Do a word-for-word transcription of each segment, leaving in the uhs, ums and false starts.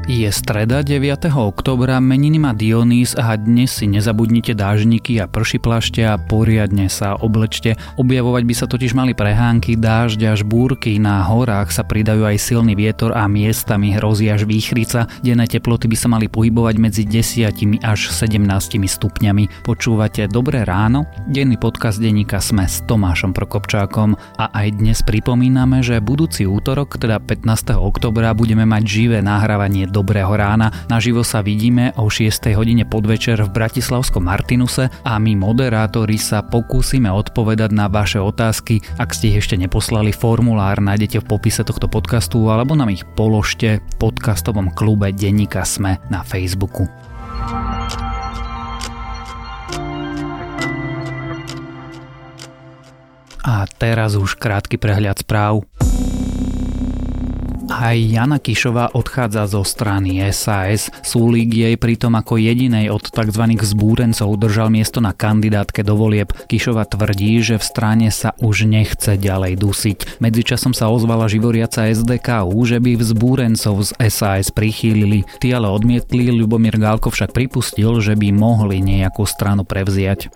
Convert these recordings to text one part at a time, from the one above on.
Je streda deviateho októbra, meniny má Dionýs a dnes si nezabudnite dážniky a pršiplašte a poriadne sa oblečte. Objavovať by sa totiž mali prehánky, dážď až búrky, na horách sa pridajú aj silný vietor a miestami hrozí až výchrica. Denné teploty by sa mali pohybovať medzi desať až sedemnásť stupňami. Počúvate Dobré ráno? Denný podcast denníka Sme s Tomášom Prokopčákom a aj dnes pripomíname, že budúci útorok, teda pätnásteho októbra, budeme mať živé nahrávanie Dobrého rána. Naživo sa vidíme o šiestej hodine podvečer v bratislavskom Martinuse a my moderátori sa pokúsime odpovedať na vaše otázky. Ak ste ich ešte neposlali, formulár nájdete v popise tohto podcastu alebo nám ich položte v podcastovom klube denníka Sme na Facebooku. A teraz už krátky prehľad správ. Aj Jana Kišová odchádza zo strany es a es. Sulík jej pritom ako jedinej od tzv. Zbúrencov držal miesto na kandidátke do volieb. Kišová tvrdí, že v strane sa už nechce ďalej dusiť. Medzičasom sa ozvala živoriaca es dé ká ú, že by vzbúrencov z es a es prichýlili. Tí ale odmietli, Ľubomír Gálko však pripustil, že by mohli nejakú stranu prevziať.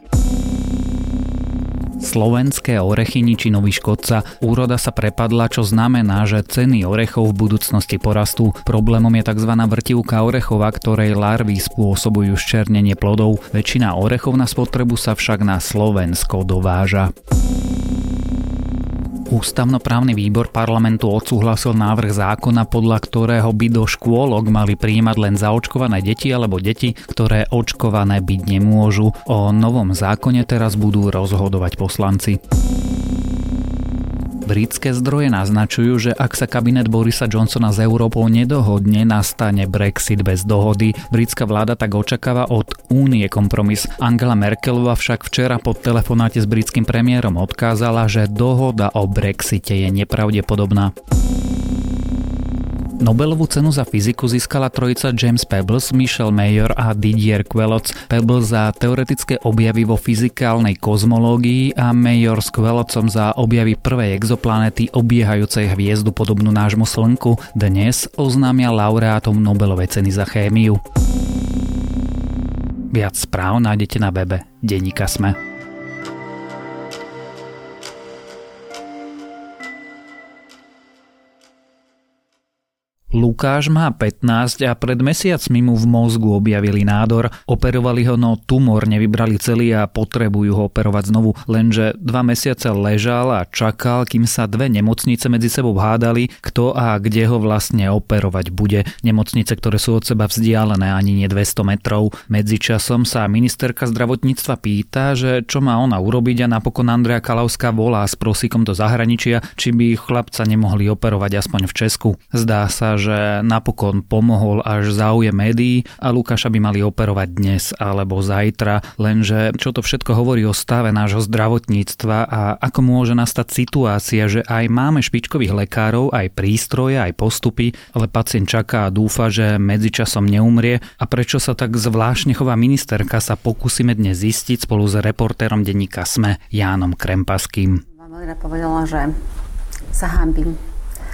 Slovenské orechy ničí nový škodca. Úroda sa prepadla, čo znamená, že ceny orechov v budúcnosti porastú. Problémom je tzv. Vrtivka orechová, ktorej larvy spôsobujú ščernenie plodov. Väčšina orechov na spotrebu sa však na Slovensko dováža. Ústavnoprávny výbor parlamentu odsúhlasil návrh zákona, podľa ktorého by do škôlok mali prijímať len zaočkované deti alebo deti, ktoré očkované byť nemôžu. O novom zákone teraz budú rozhodovať poslanci. Britské zdroje naznačujú, že ak sa kabinet Borisa Johnsona s Európou nedohodne, nastane Brexit bez dohody. Britská vláda tak očakáva od Únie kompromis. Angela Merkelová však včera po telefonáte s britským premiérom odkázala, že dohoda o Brexite je nepravdepodobná. Nobelovú cenu za fyziku získala trojica James Peebles, Michel Mayor a Didier Queloz. Peebles za teoretické objavy vo fyzikálnej kozmológii a Mayor s Quelozom za objavy prvej exoplanéty obiehajúcej hviezdu podobnú nášmu Slnku. Dnes oznámia laureátom Nobelovej ceny za chémiu. Viac správ nájdete na webe denníka Sme. Lukáš má pätnásť a pred mesiacmi mu v mozgu objavili nádor. Operovali ho, no tumor nevybrali celý a potrebujú ho operovať znovu. Lenže dva mesiace ležal a čakal, kým sa dve nemocnice medzi sebou hádali, kto a kde ho vlastne operovať bude. Nemocnice, ktoré sú od seba vzdialené ani nie dvesto metrov. Medzičasom sa ministerka zdravotníctva pýta, že čo má ona urobiť, a napokon Andrea Kalavská volá s prosíkom do zahraničia, či by chlapca nemohli operovať aspoň v Česku. Zdá sa, že napokon pomohol až záujem médií a Lukáša by mali operovať dnes alebo zajtra, lenže čo to všetko hovorí o stave nášho zdravotníctva a ako môže nastať situácia, že aj máme špičkových lekárov, aj prístroje, aj postupy, ale pacient čaká a dúfa, že medzičasom neumrie, a prečo sa tak zvláštne chová ministerka, sa pokúsime dnes zistiť spolu s reportérom denníka Sme Jánom Krempaským. Vám povedala, že sa hanbím.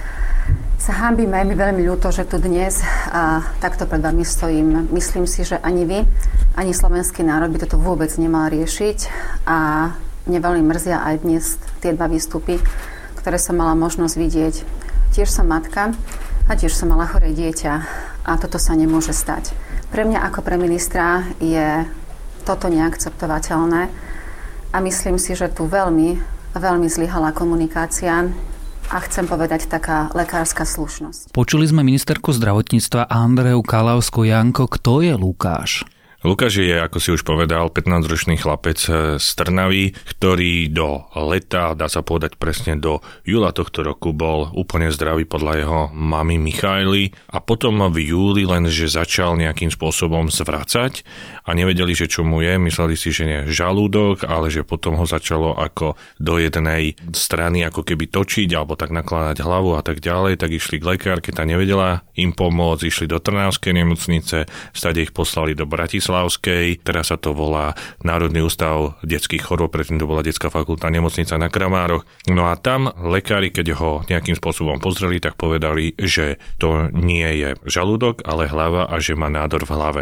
Sa hanbím, je mi veľmi ľúto, že tu dnes a takto pred vami stojím. Myslím si, že ani vy, ani slovenský národ by toto vôbec nemal riešiť a mne veľmi mrzia aj dnes tie dva výstupy, ktoré som mala možnosť vidieť. Tiež som matka a tiež som mala choré dieťa a toto sa nemôže stať. Pre mňa ako pre ministra je toto neakceptovateľné a myslím si, že tu veľmi, veľmi zlyhala komunikácia. A chcem povedať taká lekárska slušnosť. Počuli sme ministerku zdravotníctva Andreu Kalavskú. Janko, kto je Lukáš? Lukáš je, ako si už povedal, pätnásťročný chlapec z Trnavy, ktorý do leta, dá sa povedať presne do júla tohto roku, bol úplne zdravý podľa jeho mamy Michaely a potom v júli lenže začal nejakým spôsobom zvracať a nevedeli, že čo mu je, mysleli si, že nie žalúdok, ale že potom ho začalo ako do jednej strany ako keby točiť alebo tak nakladať hlavu a tak ďalej, tak išli k lekárke, tá nevedela im pomôcť, išli do Trnavskej nemocnice, stade ich poslali do Bratislavy Bratislavskej, teraz sa to volá Národný ústav detských chorôb, predtým to bola detská fakultná nemocnica na Kramároch. No a tam lekári, keď ho nejakým spôsobom pozreli, tak povedali, že to nie je žalúdok, ale hlava a že má nádor v hlave.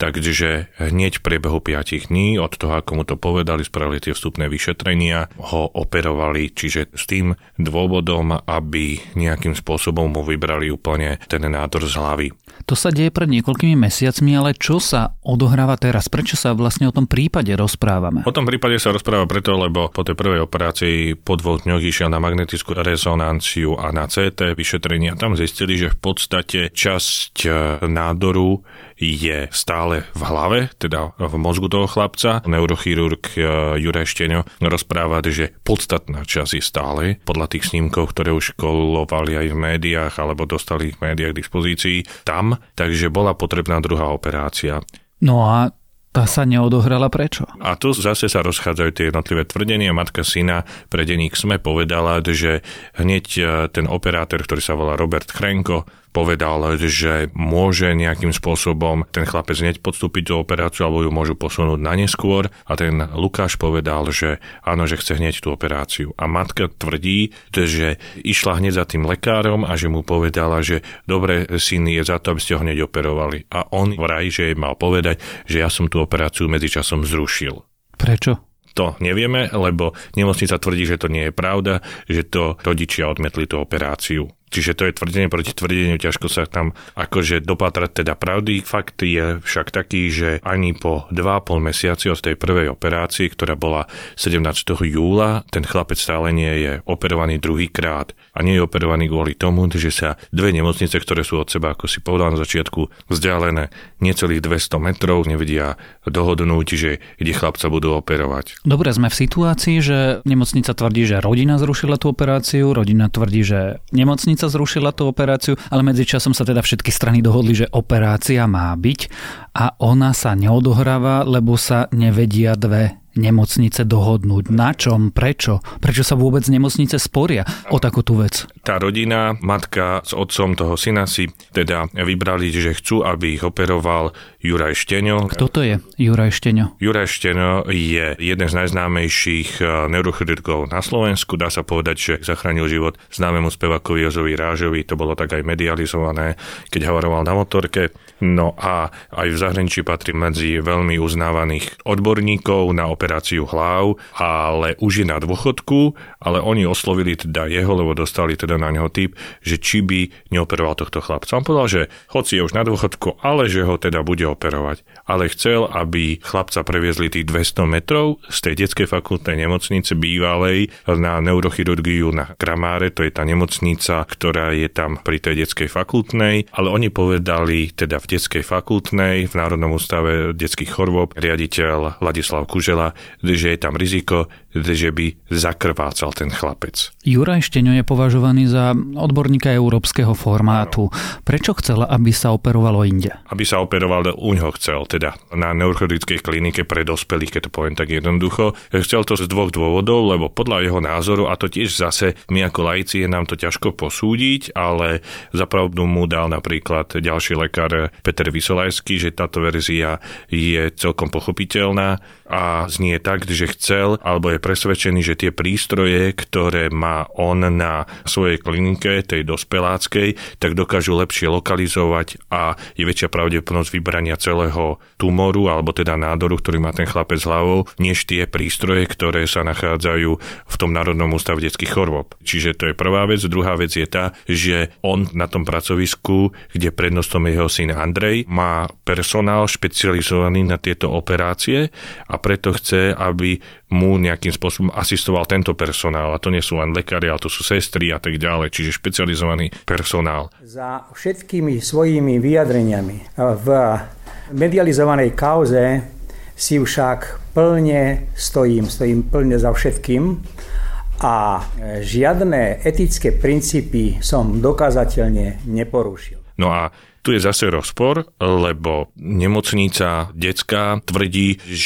Takže hneď v priebehu piatich dní od toho, ako mu to povedali, spravili tie vstupné vyšetrenia, ho operovali, čiže s tým dôvodom, aby nejakým spôsobom mu vybrali úplne ten nádor z hlavy. To sa deje pred niekoľkými mesiacmi, ale čo sa odohráva teraz? Prečo sa vlastne o tom prípade rozprávame? O tom prípade sa rozpráva preto, lebo po tej prvej operácii po dvoch dňoch išiel na magnetickú rezonanciu a na cé té vyšetrenia. Tam zistili, že v podstate časť nádoru je stále v hlave, teda v mozgu toho chlapca. Neurochirurg Juraj Šteňo rozpráva, že podstatná časť je stále, podľa tých snímkov, ktoré už kolovali aj v médiách, alebo dostali v médiách k dispozícii, tam, takže bola potrebná druhá operácia. No a tá sa neodohrala prečo? A tu zase sa rozchádzajú tie jednotlivé tvrdenia. Matka syna pre denník SME povedala, že hneď ten operátor, ktorý sa volá Robert Chrenko, povedal, že môže nejakým spôsobom ten chlapec hneď podstúpiť tú operáciu alebo ju môžu posunúť na neskôr a ten Lukáš povedal, že áno, že chce hneď tú operáciu. A matka tvrdí, že išla hneď za tým lekárom a že mu povedala, že dobre, syn je za to, aby ste ho hneď operovali. A on vraj, že jej mal povedať, že ja som tú operáciu medzičasom zrušil. Prečo? To nevieme, lebo nemocnica tvrdí, že to nie je pravda, že to rodičia odmietli tú operáciu. Čiže to je tvrdenie proti tvrdeniu, ťažko sa tam akože dopatrať teda pravdy. Fakt je však taký, že ani po dva a pol mesiaci od tej prvej operácii, ktorá bola sedemnásteho júla, ten chlapec stále nie je operovaný druhýkrát. A nie je operovaný kvôli tomu, že sa dve nemocnice, ktoré sú od seba, ako si povedal na začiatku, vzdialené necelých dvesto metrov, nevedia dohodnúť, že kde chlapca budú operovať. Dobre, sme v situácii, že nemocnica tvrdí, že rodina zrušila tú operáciu, rodina tvrdí, že nemocnica zrušila tú operáciu, ale medzičasom sa teda všetky strany dohodli, že operácia má byť a ona sa neodohráva, lebo sa nevedia dve nemocnice dohodnúť. Na čom? Prečo? Prečo sa vôbec nemocnice sporia o takúto vec? Tá rodina, matka s otcom toho syna si teda vybrali, že chcú, aby ich operoval Juraj Šteňo. Kto to je Juraj Šteňo? Juraj Šteňo je jeden z najznámejších neurochirurgov na Slovensku. Dá sa povedať, že zachránil život známemu spevákovi Jozovi Rážovi. To bolo tak aj medializované, keď havaroval na motorke. No a aj v zahraničí patrí medzi veľmi uznávaných odborníkov na operáciu hlav, ale už je na dôchodku, ale oni oslovili teda jeho, lebo dostali teda na neho tip, že či by neoperoval tohto chlapca. On povedal, že hoci je už na dôchodku, ale že ho teda bude operovať. Ale chcel, aby chlapca previezli tých dvesto metrov z tej detskej fakultnej nemocnice bývalej na neurochirurgiu na Kramáre, to je tá nemocnica, ktorá je tam pri tej detskej fakultnej, ale oni povedali teda v detskej fakultnej, v Národnom ústave detských chorôb, riaditeľ Ladislav Kužela, že je tam riziko, že by zakrvácal ten chlapec. Juraj Šteňo je považovaný za odborníka európskeho formátu. Prečo chcel, aby sa operovalo inde? Aby sa operoval, u ňoho chcel, teda na neurochirurgickej klinike pre dospelých, keď to poviem tak jednoducho. Chcel to z dvoch dôvodov, lebo podľa jeho názoru, a to tiež zase my ako laici je nám to ťažko posúdiť, ale zapravdu mu dal napríklad ďalší lekár Peter Vysolajský, že táto verzia je celkom pochopiteľná a znie tak, že chcel, alebo je presvedčený, že tie prístroje, ktoré má on na svojej klinike, tej dospeláckej, tak dokážu lepšie lokalizovať a je väčšia pravdepodobnosť vybrania celého tumoru, alebo teda nádoru, ktorý má ten chlapec hlavou, než tie prístroje, ktoré sa nachádzajú v tom Národnom ústave detských chorôb. Čiže to je prvá vec. Druhá vec je tá, že on na tom pracovisku, kde prednostom je jeho syn Andrej, má personál špecializovaný na tieto operácie a preto chce, aby mu nejakým spôsobom asistoval tento personál. A to nie sú len lekári, ale to sú sestry a tak ďalej, čiže špecializovaný personál. Za všetkými svojimi vyjadreniami v medializovanej kauze si však plne stojím, stojím plne za všetkým a žiadne etické princípy som dokázateľne neporušil. No a tu je zase rozpor, lebo nemocnica detská tvrdí, že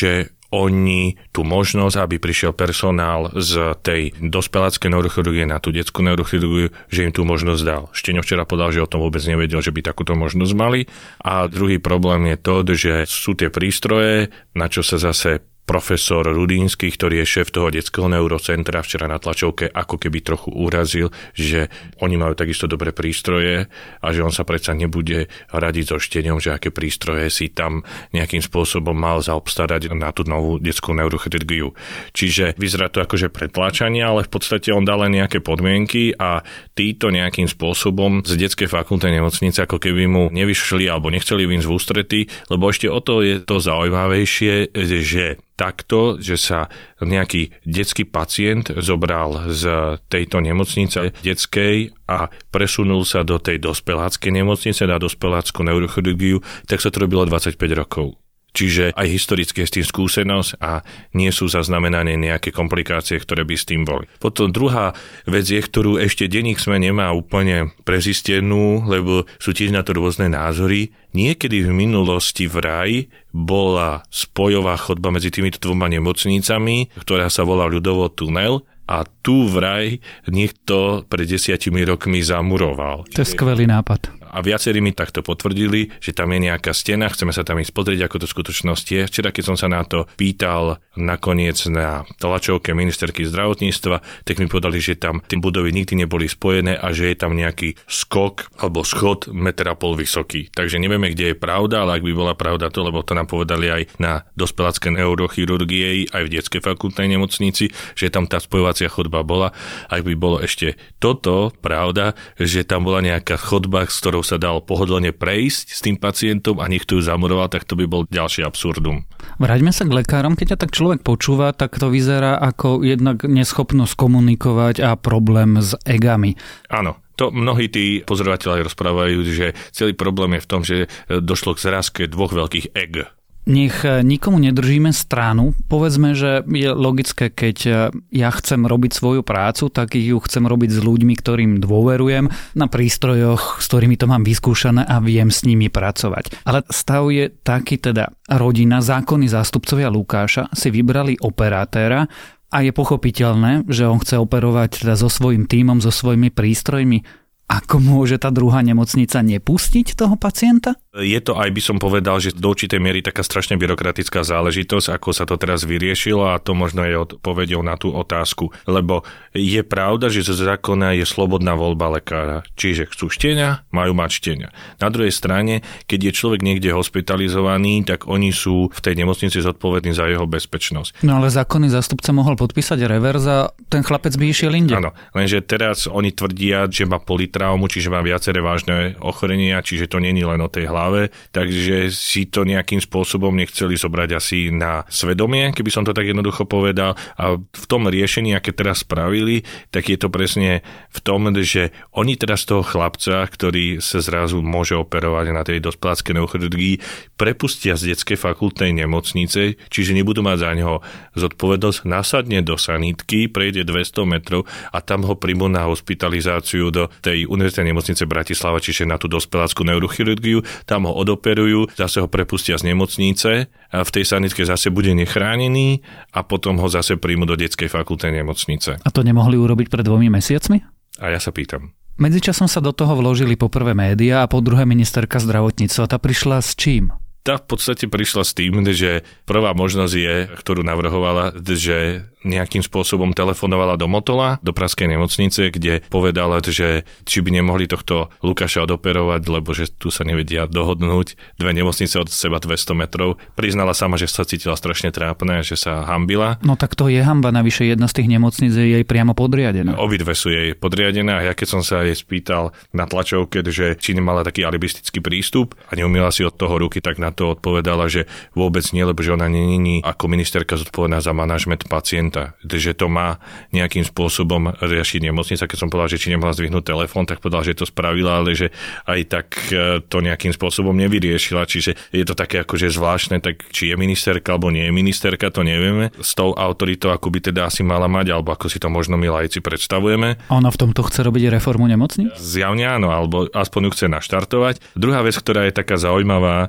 oni tú možnosť, aby prišiel personál z tej dospeláckej neurochirurgie na tú detskú neurochirurgiu, že im tú možnosť dal. Šteňo včera povedal, že o tom vôbec nevedel, že by takúto možnosť mali. A druhý problém je to, že sú tie prístroje, na čo sa zase profesor Rudínsky, ktorý je šéf toho detského neurocentra, včera na tlačovke ako keby trochu urazil, že oni majú takisto dobré prístroje a že on sa predsa nebude radiť so Šteňom, že aké prístroje si tam nejakým spôsobom mal zaobstarať na tú novú detskú neurochirurgiu. Čiže vyzerá to akože pretláčanie, ale v podstate on dal len nejaké podmienky a títo nejakým spôsobom z detskej fakultnej nemocnice ako keby mu nevyšli alebo nechceli výjsť v ústrety, lebo ešte o to je to zaujímavejšie, že takto, že sa nejaký detský pacient zobral z tejto nemocnice detskej a presunul sa do tej dospeláckej nemocnice na dospelácku neurochirurgiu, tak sa to robilo dvadsaťpäť rokov. Čiže aj historicky je s tým skúsenosť a nie sú zaznamenané nejaké komplikácie, ktoré by s tým boli. Potom druhá vec je, ktorú ešte denník SME nemá úplne prezistenú, lebo sú tiež na to rôzne názory. Niekedy v minulosti vraj bola spojová chodba medzi týmito dvoma nemocnicami, ktorá sa volá ľudovo tunel, a tu vraj niekto pred desiatimi rokmi zamuroval. To je skvelý nápad. A viacerí mi takto potvrdili, že tam je nejaká stena, chceme sa tam ísť pozrieť, ako to v skutočnosti je. Včera, keď som sa na to pýtal nakoniec na tlačovke ministerky zdravotníctva, tak mi povedali, že tam tie budovy nikdy neboli spojené a že je tam nejaký skok alebo schod metra pol vysoký. Takže nevieme, kde je pravda, ale ak by bola pravda to, lebo to nám povedali aj na dospeláckej neurochirurgii, aj v detskej fakultnej nemocnici, že tam tá spojovacia chodba bola. Ak by bolo ešte toto pravda, že tam bola nejaká chodba, s ktorou sa dal pohodlne prejsť s tým pacientom a niekto ju zamuroval, tak to by bol ďalší absurdum. Vráťme sa k lekárom. Keď ťa tak človek počúva, tak to vyzerá ako jednak neschopnosť komunikovať a problém s egami. Áno. To mnohí tí pozorovatelia rozprávajú, že celý problém je v tom, že došlo k zrazke dvoch veľkých eg. Nech nikomu nedržíme stranu. Povedzme, že je logické, keď ja chcem robiť svoju prácu, tak ju chcem robiť s ľuďmi, ktorým dôverujem, na prístrojoch, s ktorými to mám vyskúšané a viem s nimi pracovať. Ale stav je taký, teda rodina, zákonní zástupcovia Lukáša si vybrali operatéra a je pochopiteľné, že on chce operovať teda so svojím tímom, so svojimi prístrojmi. Ako môže tá druhá nemocnica nepustiť toho pacienta? Je to aj, by som povedal, že do určitej miery taká strašne byrokratická záležitosť, ako sa to teraz vyriešilo, a to možno je odpoveďou na tú otázku. Lebo je pravda, že zo zákona je slobodná voľba lekára. Čiže chcú Šteňa, majú mať Šteňa. Na druhej strane, keď je človek niekde hospitalizovaný, tak oni sú v tej nemocnici zodpovední za jeho bezpečnosť. No ale zákonný zástupca mohol podpísať revers a ten chlapec by išiel inde. Áno, lenže teraz oni tvrdia, že má politraumu, čiže má viaceré vážne ochorenia, čiže to nie je len o tej hlave, takže si to nejakým spôsobom nechceli zobrať asi na svedomie, keby som to tak jednoducho povedal. A v tom riešení, aké teraz spravili, tak je to presne v tom, že oni teraz toho chlapca, ktorý sa zrazu môže operovať na tej dospeláckej neurochirurgii, prepustia z detskej fakultnej nemocnice, čiže nebudú mať za neho zodpovednosť, nasadne do sanitky, prejde dvesto metrov a tam ho príjmu na hospitalizáciu do tej univerzitnej nemocnice Bratislava, čiže na tú dospeláckú neurochirurgiu, tam ho odoperujú, zase ho prepustia z nemocnice a v tej sanitke zase bude nechránený a potom ho zase príjmu do detskej fakultnej nemocnice. A to nemohli urobiť pred dvomi mesiacmi? A ja sa pýtam. Medzičasom sa do toho vložili po prvé médiá a po druhé ministerka zdravotníctva. Tá prišla s čím? Tá v podstate prišla s tým, že prvá možnosť je, ktorú navrhovala, že nejakým spôsobom telefonovala do Motola, do pražskej nemocnice, kde povedala, že či by nemohli tohto Lukáša odoperovať, lebo že tu sa nevedia dohodnúť. Dve nemocnice od seba dvesto metrov. Priznala sama, že sa cítila strašne trápne, že sa hambila. No tak to je hamba, navyše jedna z tých nemocníc je jej priamo podriadená. Obidve sú jej podriadené a ja keď som sa jej spýtal na tlačovke, že či nemala taký alibistický prístup a neumiela si od toho ruky, tak na to odpovedala, že vôbec nie, lebo že ona nie je ako ministerka zodpovedná za manažment pacienta. Že to má nejakým spôsobom riešiť nemocnica. Keď som povedal, že či nemohla zdvihnúť telefón, tak povedal, že to spravila, ale že aj tak to nejakým spôsobom nevyriešila. Čiže je to také akože zvláštne, tak či je ministerka alebo nie je ministerka, to nevieme. S tou autoritou, ako by teda asi mala mať, alebo ako si to možno my laici predstavujeme. A ona v tomto chce robiť reformu nemocnic? Zjavne áno, alebo aspoň ju chce naštartovať. Druhá vec, ktorá je taká zaujímavá, je,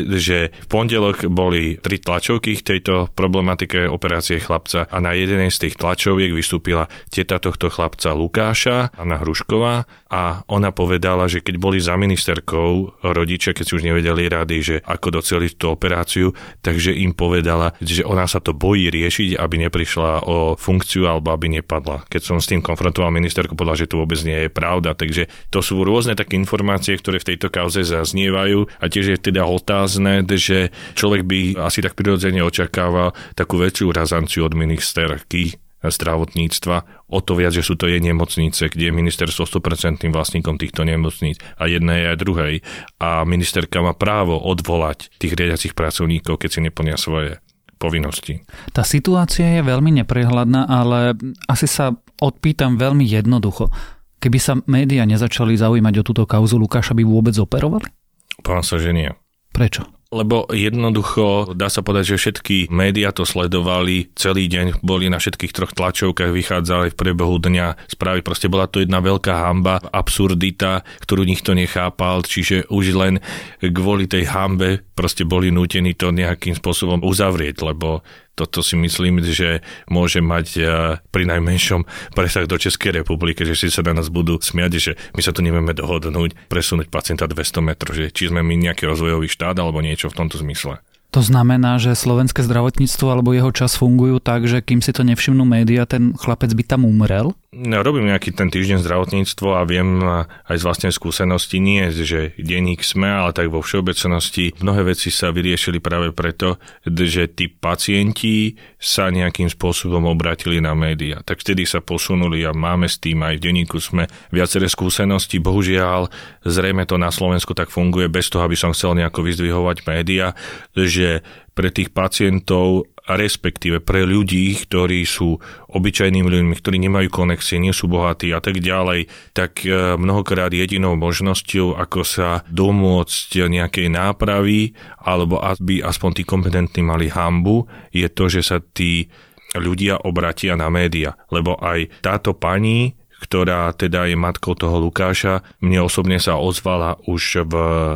že v pondelok boli tri tlačovky k tejto problematike operácie chlapca a na jednej z tých tlačoviek vystúpila teta tohto chlapca Lukáša, Anna Hrušková, a ona povedala, že keď boli za ministerkou rodičia, keď si už nevedeli rady, že ako doceliť tú operáciu, takže im povedala, že ona sa to bojí riešiť, aby neprišla o funkciu alebo aby nepadla. Keď som s tým konfrontoval ministerku, povedala, že to vôbec nie je pravda. Takže to sú rôzne také informácie, ktoré v tejto kauze zaznievajú a tiež je teda otázne, že človek by asi tak prirodzene očakával takú väčšiu razanciu od ministerky zdravotníctva, o to viac, že sú to jej nemocnice, kde je ministerstvo sto percent vlastníkom týchto nemocníc a jednej aj druhej. A ministerka má právo odvolať tých riadiacich pracovníkov, keď si neplnia svoje povinnosti. Tá situácia je veľmi neprehľadná, ale asi sa odpýtam veľmi jednoducho. Keby sa médiá nezačali zaujímať o túto kauzu Lukáša, by vôbec operovali? Pán sa, že nie. Prečo? Lebo jednoducho, dá sa povedať, že všetky médiá to sledovali, celý deň boli na všetkých troch tlačovkách, vychádzali v priebehu dňa správy. Proste bola to jedna veľká hanba, absurdita, ktorú nikto nechápal, čiže už len kvôli tej hanbe proste boli nútení to nejakým spôsobom uzavrieť, lebo toto si myslím, že môže mať pri najmenšom presah do Českej republiky, že si sa na nás budú smiať, že my sa tu nevieme dohodnúť, presunúť pacienta dvesto metrov, že či sme my nejaký rozvojový štát alebo niečo v tomto zmysle. To znamená, že slovenské zdravotníctvo alebo jeho čas fungujú tak, že kým si to nevšimnú médiá, ten chlapec by tam umrel? No, robím nejaký ten týždeň zdravotníctvo a viem aj z vlastnej skúsenosti, nie, že denník SME, ale tak vo všeobecnosti mnohé veci sa vyriešili práve preto, že tí pacienti sa nejakým spôsobom obratili na médiá. Tak vtedy sa posunuli a máme s tým aj v denníku SME viaceré skúsenosti. Bohužiaľ, zrejme to na Slovensku tak funguje bez toho, aby som chcel nejako vyzdvihovať médiá, že pre tých pacientov a respektíve pre ľudí, ktorí sú obyčajnými ľuďmi, ktorí nemajú konexie, nie sú bohatí a tak ďalej, tak mnohokrát jedinou možnosťou, ako sa domôcť nejakej nápravy, alebo aby aspoň tí kompetentní mali hanbu, je to, že sa tí ľudia obratia na média. Lebo aj táto pani, ktorá teda je matkou toho Lukáša, mne osobne sa ozvala už v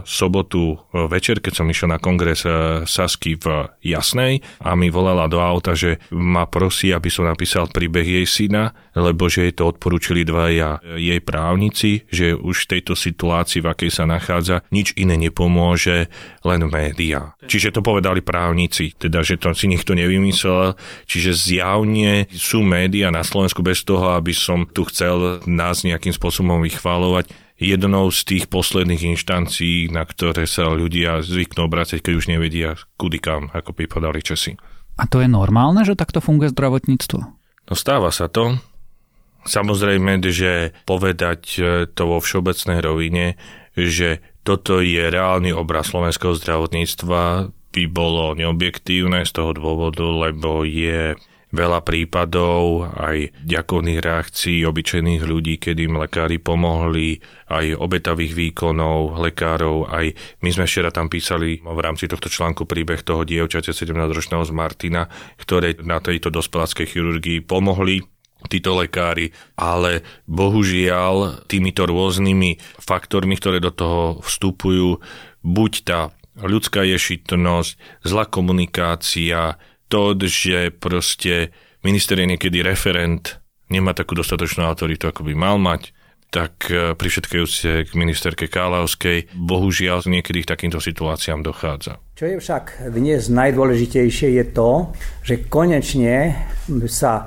sobotu večer, keď som išiel na kongres Sasky v Jasnej a mi volala do auta, že ma prosí, aby som napísal príbeh jej syna, lebo že jej to odporúčili dvaja jej právnici, že už v tejto situácii, v akej sa nachádza, nič iné nepomôže, len médiá. Čiže to povedali právnici, teda, že to si nikto nevymyslel, čiže zjavne sú médiá na Slovensku bez toho, aby som tu chcel nás nejakým spôsobom vychváľovať, jednou z tých posledných inštancií, na ktoré sa ľudia zvyknú obracať, keď už nevedia kudy kam, ako by podali Česi. A to je normálne, že takto funguje zdravotníctvo? No stáva sa to. Samozrejme, že povedať to vo všeobecnej rovine, že toto je reálny obraz slovenského zdravotníctva, by bolo neobjektívne z toho dôvodu, lebo je veľa prípadov, aj ďakovných reakcií obyčajných ľudí, kedy im lekári pomohli, aj obetavých výkonov lekárov, aj my sme včera tam písali v rámci tohto článku príbeh toho dievčaťa sedemnásťročného z Martina, ktoré na tejto dospeláckej chirurgii pomohli títo lekári, ale bohužiaľ týmito rôznymi faktormi, ktoré do toho vstupujú, buď tá ľudská ješitnosť, zlá komunikácia, to, že proste minister je niekedy referent, nemá takú dostatočnú autoritu, ako by mal mať, tak pri všetkej úcte k ministerke Kálavskej bohužiaľ niekedy k takýmto situáciám dochádza. Čo je však dnes najdôležitejšie je to, že konečne sa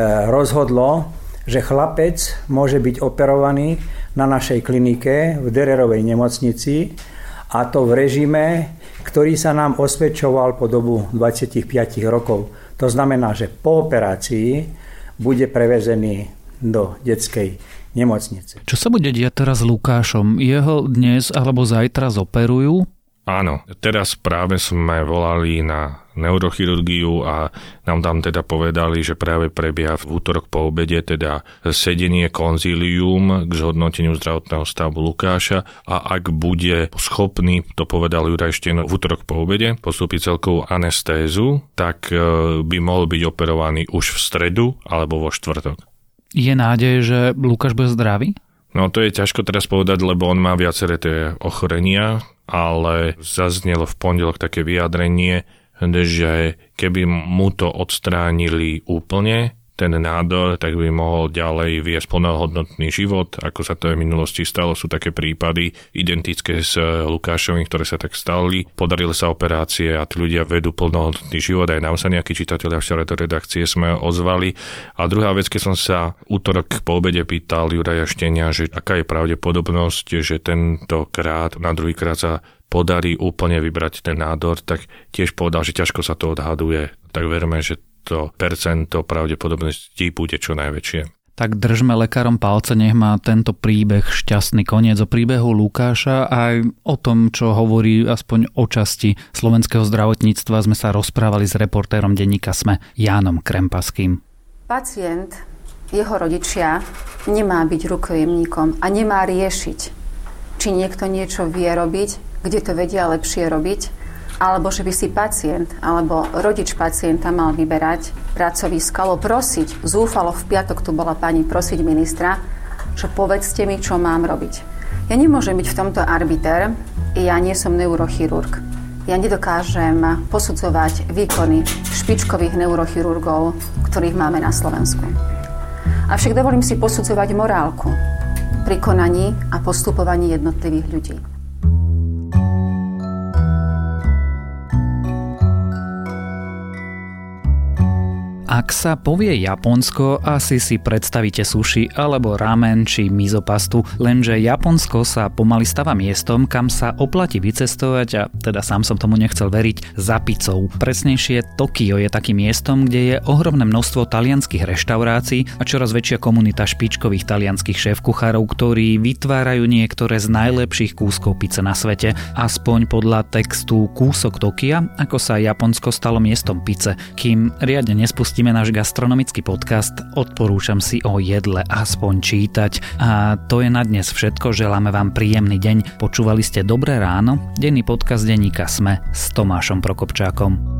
rozhodlo, že chlapec môže byť operovaný na našej klinike v Dererovej nemocnici, a to v režime, ktorý sa nám osvedčoval po dobu dvadsaťpäť rokov. To znamená, že po operácii bude prevezený do detskej nemocnice. Čo sa bude diať teraz s Lukášom? Jeho dnes alebo zajtra zoperujú? Áno, teraz práve sme volali na neurochirurgiu a nám tam teda povedali, že práve prebieha v útorok po obede teda sedenie konzílium k zhodnoteniu zdravotného stavu Lukáša a ak bude schopný, to povedal Juraj Štejno v útorok po obede, postúpiť celkovú anestézu, tak by mohol byť operovaný už v stredu alebo vo štvrtok. Je nádej, že Lukáš bude zdravý? No to je ťažko teraz povedať, lebo on má viaceré tie ochorenia, ale zaznelo v pondelok také vyjadrenie, že keby mu to odstránili úplne, ten nádor, tak by mohol ďalej viesť plnohodnotný život, ako sa to v minulosti stalo. Sú také prípady identické s Lukášovým, ktoré sa tak stali. Podarili sa operácie a tí ľudia vedú plnohodnotný život. Aj nám sa nejakí čitatelia včera do redakcie sme ozvali. A druhá vec, keď som sa útorok po obede pýtal Juraja Štenia, že aká je pravdepodobnosť, že tentokrát, na druhýkrát sa podarí úplne vybrať ten nádor, tak tiež povedal, že ťažko sa to odhaduje. Tak verme, že to percento pravdepodobnosti bude čo najväčšie. Tak držme lekárom palce, nech má tento príbeh šťastný koniec. O príbehu Lukáša aj o tom, čo hovorí aspoň o časti slovenského zdravotníctva, sme sa rozprávali s reportérom denníka SME Jánom Krempaským. Pacient, jeho rodičia nemá byť rukojemníkom a nemá riešiť, či niekto niečo vie robiť, kde to vedia lepšie robiť, alebo že by si pacient alebo rodič pacienta mal vyberať pracovisko, alebo prosiť, zúfalo v piatok tu bola pani prosiť ministra, že povedzte mi, čo mám robiť. Ja nemôžem byť v tomto arbiter, ja nie som neurochirurg. Ja nedokážem posudzovať výkony špičkových neurochirurgov, ktorých máme na Slovensku. Avšak dovolím si posudzovať morálku pri konaní a postupovaní jednotlivých ľudí. Ak sa povie Japonsko, asi si predstavíte sushi alebo ramen či mizopastu, lenže Japonsko sa pomaly stáva miestom, kam sa oplatí vycestovať, a teda sám som tomu nechcel veriť, za pizzou. Presnejšie Tokio je takým miestom, kde je ohromné množstvo talianskych reštaurácií a čoraz väčšia komunita špičkových talianskych šéfkuchárov, ktorí vytvárajú niektoré z najlepších kúskov pice na svete. Aspoň podľa textu Kúsok Tokia, ako sa Japonsko stalo miestom pice. Kým riadne nespustíme náš gastronomický podcast, odporúčam si o jedle aspoň čítať. A to je na dnes všetko, želáme vám príjemný deň. Počúvali ste Dobré ráno, denný podcast denníka SME s Tomášom Prokopčákom.